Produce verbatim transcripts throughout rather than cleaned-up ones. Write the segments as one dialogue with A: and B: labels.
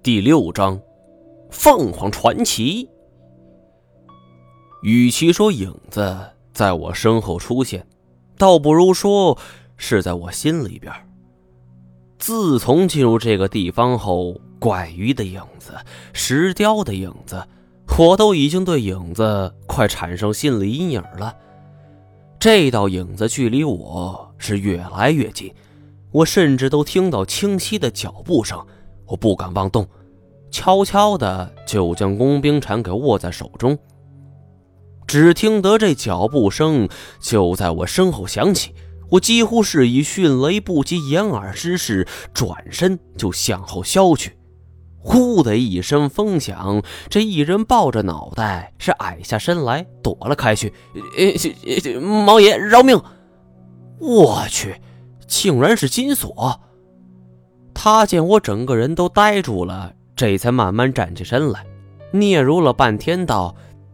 A: 第六章，凤凰传奇。与其说影子在我身后出现，倒不如说是在我心里边。自从进入这个地方后，怪鱼的影子、石雕的影子，我都已经对影子快产生心理阴影了。这道影子距离我是越来越近，我甚至都听到清晰的脚步声，我不敢妄动，悄悄的就将工兵铲给握在手中。只听得这脚步声就在我身后响起，我几乎是以迅雷不及掩耳之势转身就向后削去。呼的一声风响，这一人抱着脑袋是矮下身来躲了开去。呃、毛爷饶命！我去，竟然是金锁！他见我整个人都呆住了，这才慢慢站起身来，嗫嚅了半天道：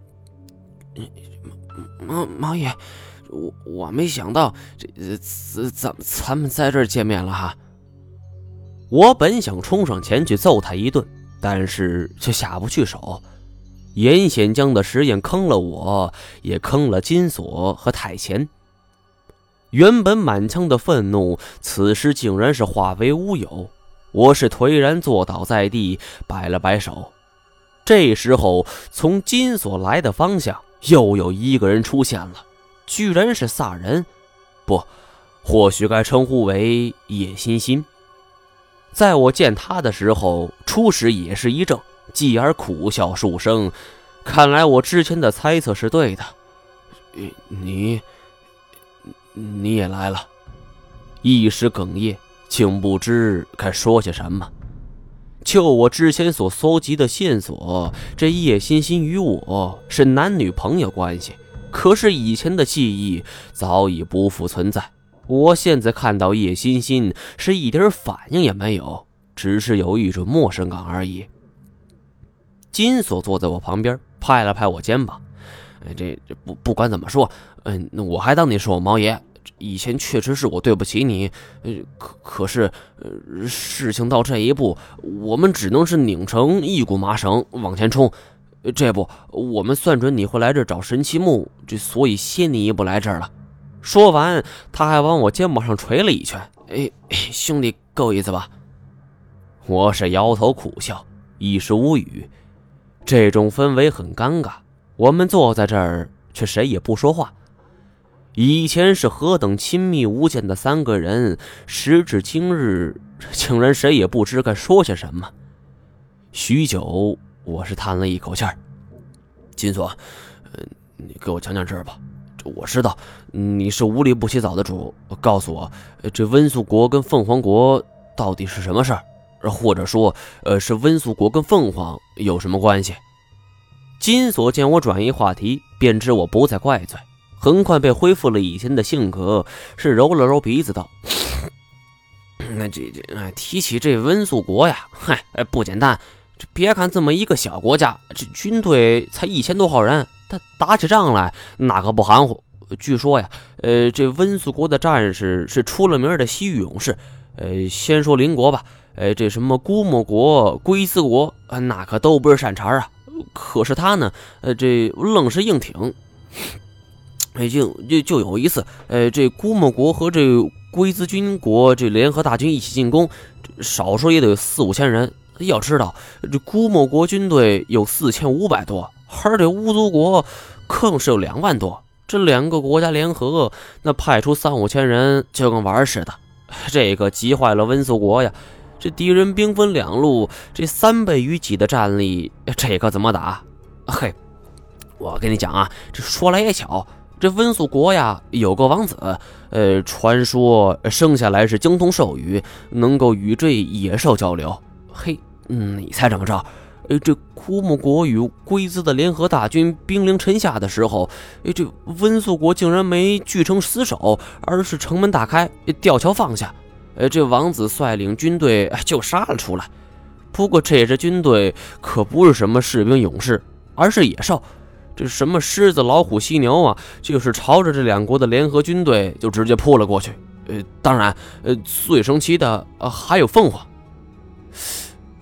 B: 毛毛爷，我我没想到这咱咱们在这儿见面了哈。
A: 我本想冲上前去揍他一顿，但是却下不去手。严显江的实验坑了我，也坑了金锁和太前。原本满腔的愤怒，此时竟然是化为乌有。我是颓然坐倒在地，摆了摆手。这时候，从金锁来的方向又有一个人出现了，居然是萨人，不，或许该称呼为叶欣欣。在我见他的时候，初时也是一怔，继而苦笑数声。看来我之前的猜测是对的。
B: 你你也来了。
A: 一时哽咽，竟不知该说些什么。就我之前所搜集的线索，这叶欣欣与我是男女朋友关系，可是以前的记忆早已不复存在。我现在看到叶欣欣是一点反应也没有，只是有一种陌生感而已。金锁坐在我旁边，拍了拍我肩膀：
B: 这这不不管怎么说，嗯，我还当你是我毛爷，以前确实是我对不起你，可可是、呃、事情到这一步，我们只能是拧成一股麻绳往前冲。这不，我们算准你会来这儿找神奇木，这所以先你一步来这儿了。说完，他还往我肩膀上捶了一拳。哎，兄弟，够意思吧？
A: 我是摇头苦笑，一时无语。这种氛围很尴尬，我们坐在这儿，却谁也不说话。以前是何等亲密无间的三个人，时至今日，竟然谁也不知该说些什么。许久，我是叹了一口气儿：
B: 金锁，呃，你给我讲讲这儿吧。我知道你是无利不起早的主，告诉我，这温宿国跟凤凰国到底是什么事儿，或者说，呃，是温宿国跟凤凰有什么关系？
A: 金锁见我转移话题，便知我不再怪罪，很快便恢复了以前的性格，是揉了揉鼻子道：
B: 那这这，哎，提起这温宿国呀，嗨，不简单。这别看这么一个小国家，这军队才一千多号人。他打起仗来那可不含糊。据说呀，呃，这温宿国的战士是出了名的西域勇士。呃，先说邻国吧，呃，这什么姑墨国、龟兹国，呃，那可都不是善茬啊。可是他呢，呃，这愣是硬挺。哎，就就就有一次，呃，这姑墨国和这龟兹军国这联合大军一起进攻，少说也得有四五千人。要知道，这姑墨国军队有四千五百多。而这乌族国更是有两万多，这两个国家联合，那派出三五千人就跟玩似的，这个急坏了温宿国呀！这敌人兵分两路，这三倍于己的战力，这可怎么打？嘿，我跟你讲啊，这说来也巧，这温宿国呀有个王子，呃，传说生下来是精通兽语，能够与这野兽交流。嘿，嗯，你猜怎么着？呃，这枯木国与龟兹的联合大军兵临城下的时候，呃，这温宿国竟然没据城死守，而是城门大开，吊桥放下。呃，这王子率领军队就杀了出来。不过这支军队可不是什么士兵勇士，而是野兽。这什么狮子、老虎、犀牛啊，就是朝着这两国的联合军队就直接扑了过去。呃，当然，呃，最神奇的、呃、还有凤凰。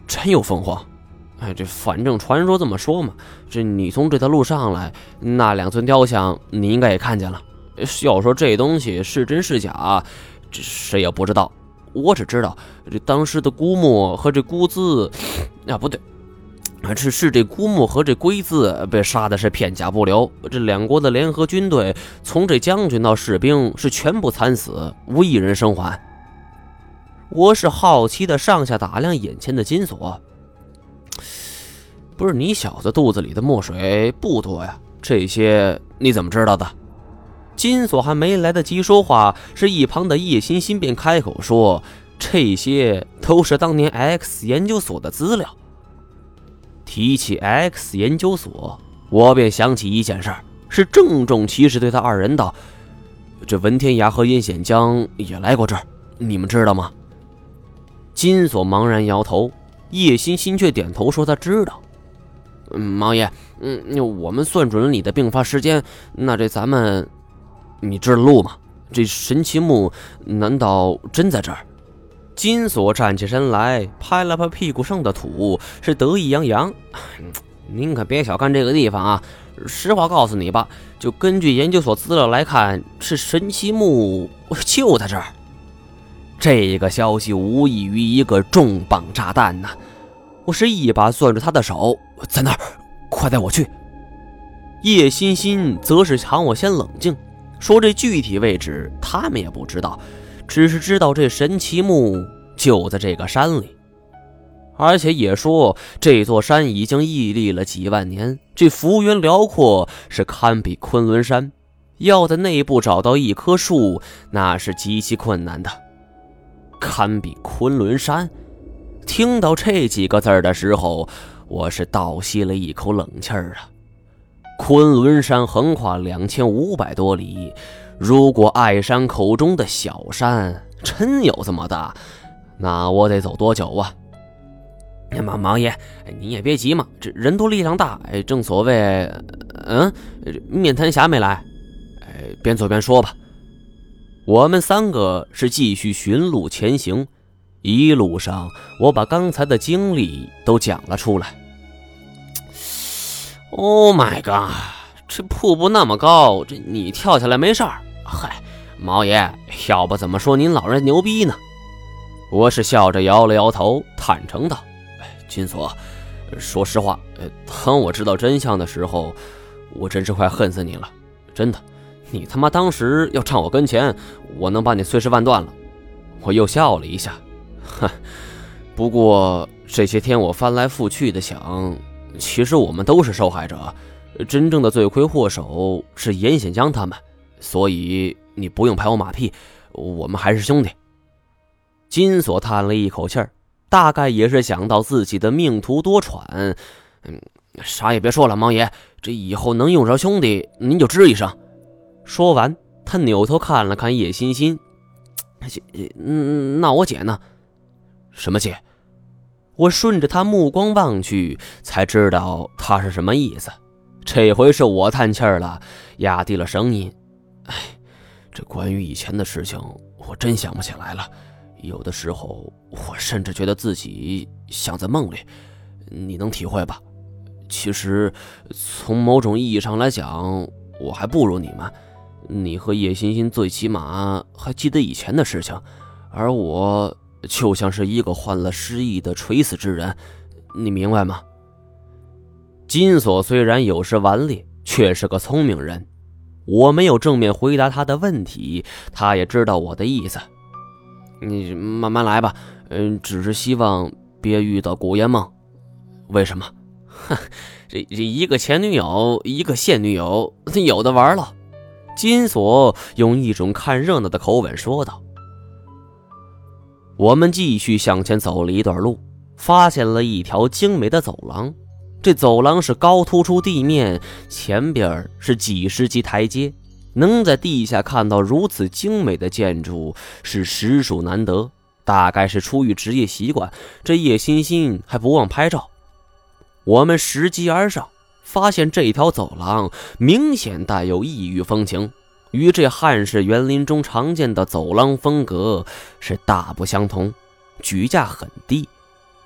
B: 真有凤凰？哎，这反正传说这么说嘛。这你从这条路上来，那两尊雕像你应该也看见了。要说这东西是真是假，这谁也不知道。我只知道这当时的姑木和这姑字，啊不对，是是这姑木和这龟字被杀的是片甲不留。这两国的联合军队，从这将军到士兵是全部惨死，无一人生还。我是好奇的上下打量眼前的金锁。不是你小子肚子里的墨水不多呀？这些你怎么知道的？金锁还没来得及说话，是一旁的叶欣欣便开口说：“这些都是当年 X 研究所的资料。”提起 X 研究所，我便想起一件事，是郑重其事对他二人道：“这文天涯和殷显江也来过这儿，你们知道吗？”金锁茫然摇头，叶欣欣却点头说他知道。嗯，毛爷，嗯，我们算准了你的病发时间，那这咱们，你知道路吗？这神奇木难道真在这儿？金锁站起身来，拍了拍屁股上的土，是得意洋洋。您可别小看这个地方啊！实话告诉你吧，就根据研究所资料来看，是神奇木就在这儿。这个消息无异于一个重磅炸弹呐、啊！我是一把攥住他的手，在那儿，快带我去。叶欣欣则是喊我先冷静，说这具体位置他们也不知道，只是知道这神奇木就在这个山里，而且也说这座山已经屹立了几万年，这幅员辽阔，是堪比昆仑山，要在内部找到一棵树，那是极其困难的。堪比昆仑山，听到这几个字的时候，我是倒吸了一口冷气儿啊！昆仑山横跨两千五百多里，如果爱山口中的小山真有这么大，那我得走多久啊？毛毛爷，你也别急嘛，这人多力量大，哎，正所谓，嗯，面瘫侠没来，哎，边走边说吧。我们三个是继续寻路前行，一路上我把刚才的经历都讲了出来。Oh my god， 这瀑布那么高，这你跳下来没事儿？嗨，毛爷，要不怎么说您老人牛逼呢？我是笑着摇了摇头，坦诚道：“金锁，说实话，当我知道真相的时候，我真是快恨死你了，真的。你他妈当时要站我跟前，我能把你碎尸万段了。”我又笑了一下，哼。不过这些天我翻来覆去的想，其实我们都是受害者，真正的罪魁祸首是严显江他们，所以你不用拍我马屁，我们还是兄弟。金锁叹了一口气儿，大概也是想到自己的命途多舛，嗯，啥也别说了，毛爷，这以后能用着兄弟，您就吱一声。说完，他扭头看了看叶欣欣，嗯，那我姐呢？什么姐？我顺着他目光望去，才知道他是什么意思。这回是我叹气儿了，压低了声音。哎，这关于以前的事情，我真想不起来了。有的时候，我甚至觉得自己像在梦里。你能体会吧？其实，从某种意义上来讲，我还不如你们。你和叶欣欣最起码还记得以前的事情，而我就像是一个患了失忆的垂死之人，你明白吗？金锁虽然有时顽劣，却是个聪明人。我没有正面回答他的问题，他也知道我的意思。你慢慢来吧，嗯，只是希望别遇到古烟梦。为什么？哼，这这一个前女友，一个现女友，有的玩了。金锁用一种看热闹的口吻说道。我们继续向前走了一段路，发现了一条精美的走廊。这走廊是高突出地面，前边是几十级台阶，能在地下看到如此精美的建筑是实属难得。大概是出于职业习惯，这叶欣欣还不忘拍照。我们拾级而上，发现这条走廊明显带有异域风情，与这汉式园林中常见的走廊风格是大不相同，举架很低。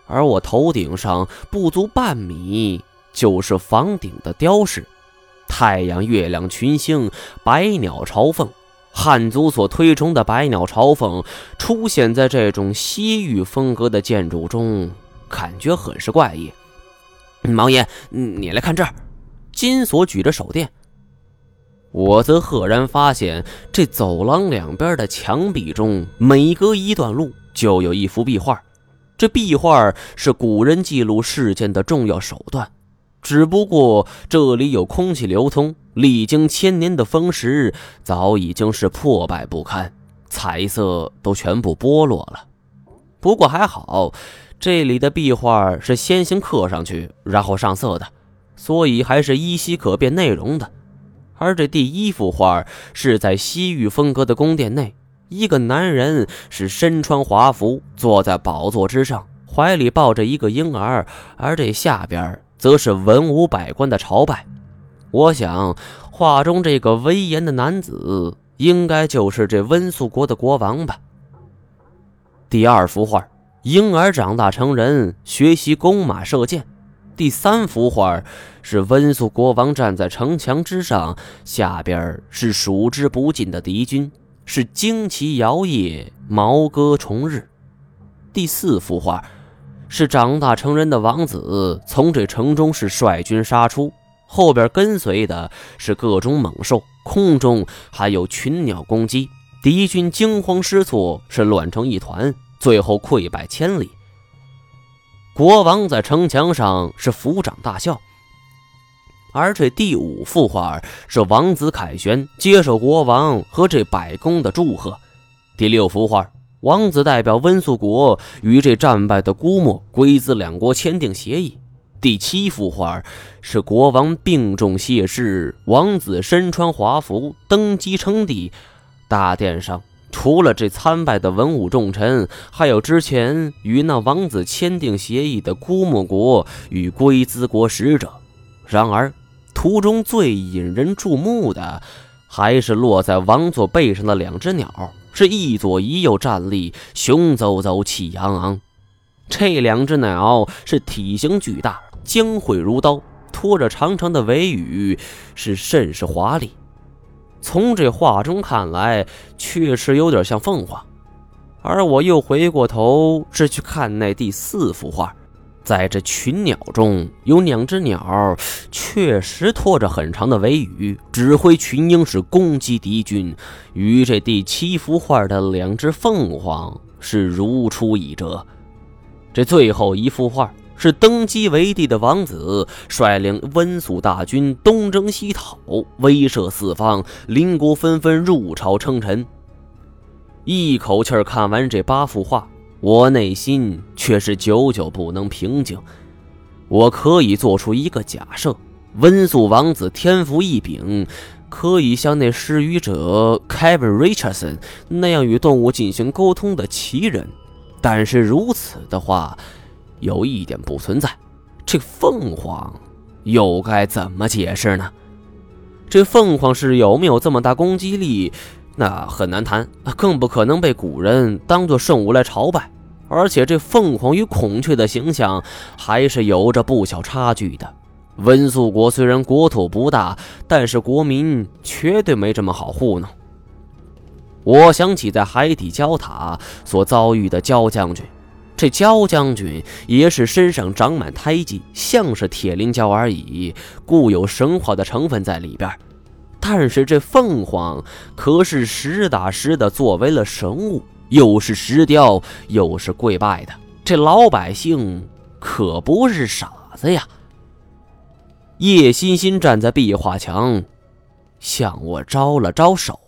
B: 而我头顶上不足半米就是房顶的雕饰，太阳、月亮、群星、百鸟朝凤，汉族所推崇的百鸟朝凤出现在这种西域风格的建筑中，感觉很是怪异。毛爷，你来看这儿。金锁举着手电，我则赫然发现这走廊两边的墙壁中，每隔一段路就有一幅壁画。这壁画是古人记录事件的重要手段，只不过这里有空气流通，历经千年的风蚀，早已经是破败不堪，彩色都全部剥落了。不过还好，这里的壁画是先行刻上去，然后上色的，所以还是依稀可辨内容的。而这第一幅画是在西域风格的宫殿内，一个男人是身穿华服，坐在宝座之上，怀里抱着一个婴儿，而这下边则是文武百官的朝拜。我想画中这个威严的男子应该就是这温宿国的国王吧。第二幅画，婴儿长大成人，学习弓马射箭。第三幅画是温宿国王站在城墙之上，下边是数之不尽的敌军，是旌旗摇曳，毛戈重日。第四幅画是长大成人的王子从这城中是率军杀出，后边跟随的是各种猛兽，空中还有群鸟攻击，敌军惊慌失措，是乱成一团，最后溃败千里。国王在城墙上是抚掌大笑。而这第五幅画是王子凯旋接受国王和这百宫的祝贺。第六幅画，王子代表温宿国与这战败的姑墨、龟兹两国签订协议。第七幅画是国王病重谢世，王子身穿华服登基称帝。大殿上除了这参拜的文武重臣，还有之前与那王子签订协议的姑墨国与龟兹国使者。然而途中最引人注目的还是落在王座背上的两只鸟，是一左一右站立，雄赳赳气昂昂。这两只鸟是体型巨大，将会如刀，拖着长长的尾羽，是甚是华丽。从这画中看来，确实有点像凤凰。而我又回过头是去看那第四幅画，在这群鸟中有两只鸟确实拖着很长的尾羽，指挥群鹰是攻击敌军，与这第七幅画的两只凤凰是如出一辙。这最后一幅画是登基为帝的王子率领温宿大军东征西讨，威慑四方，邻国纷纷入朝称臣。一口气看完这八幅画，我内心却是久久不能平静。我可以做出一个假设，温宿王子天赋异禀，可以像那失语者 Kevin Richardson 那样与动物进行沟通的奇人，但是如此的话有一点不存在，这凤凰又该怎么解释呢？这凤凰是有没有这么大攻击力，那很难谈，更不可能被古人当作圣物来朝拜。而且这凤凰与孔雀的形象还是有着不小差距的。温宿国虽然国土不大，但是国民绝对没这么好糊弄。我想起在海底焦塔所遭遇的焦将军，这焦将军也是身上长满胎记，像是铁灵蛟而已，故有神话的成分在里边。但是这凤凰可是实打实的作为了神物，又是石雕，又是跪拜的，这老百姓可不是傻子呀。叶欣欣站在壁画墙，向我招了招手。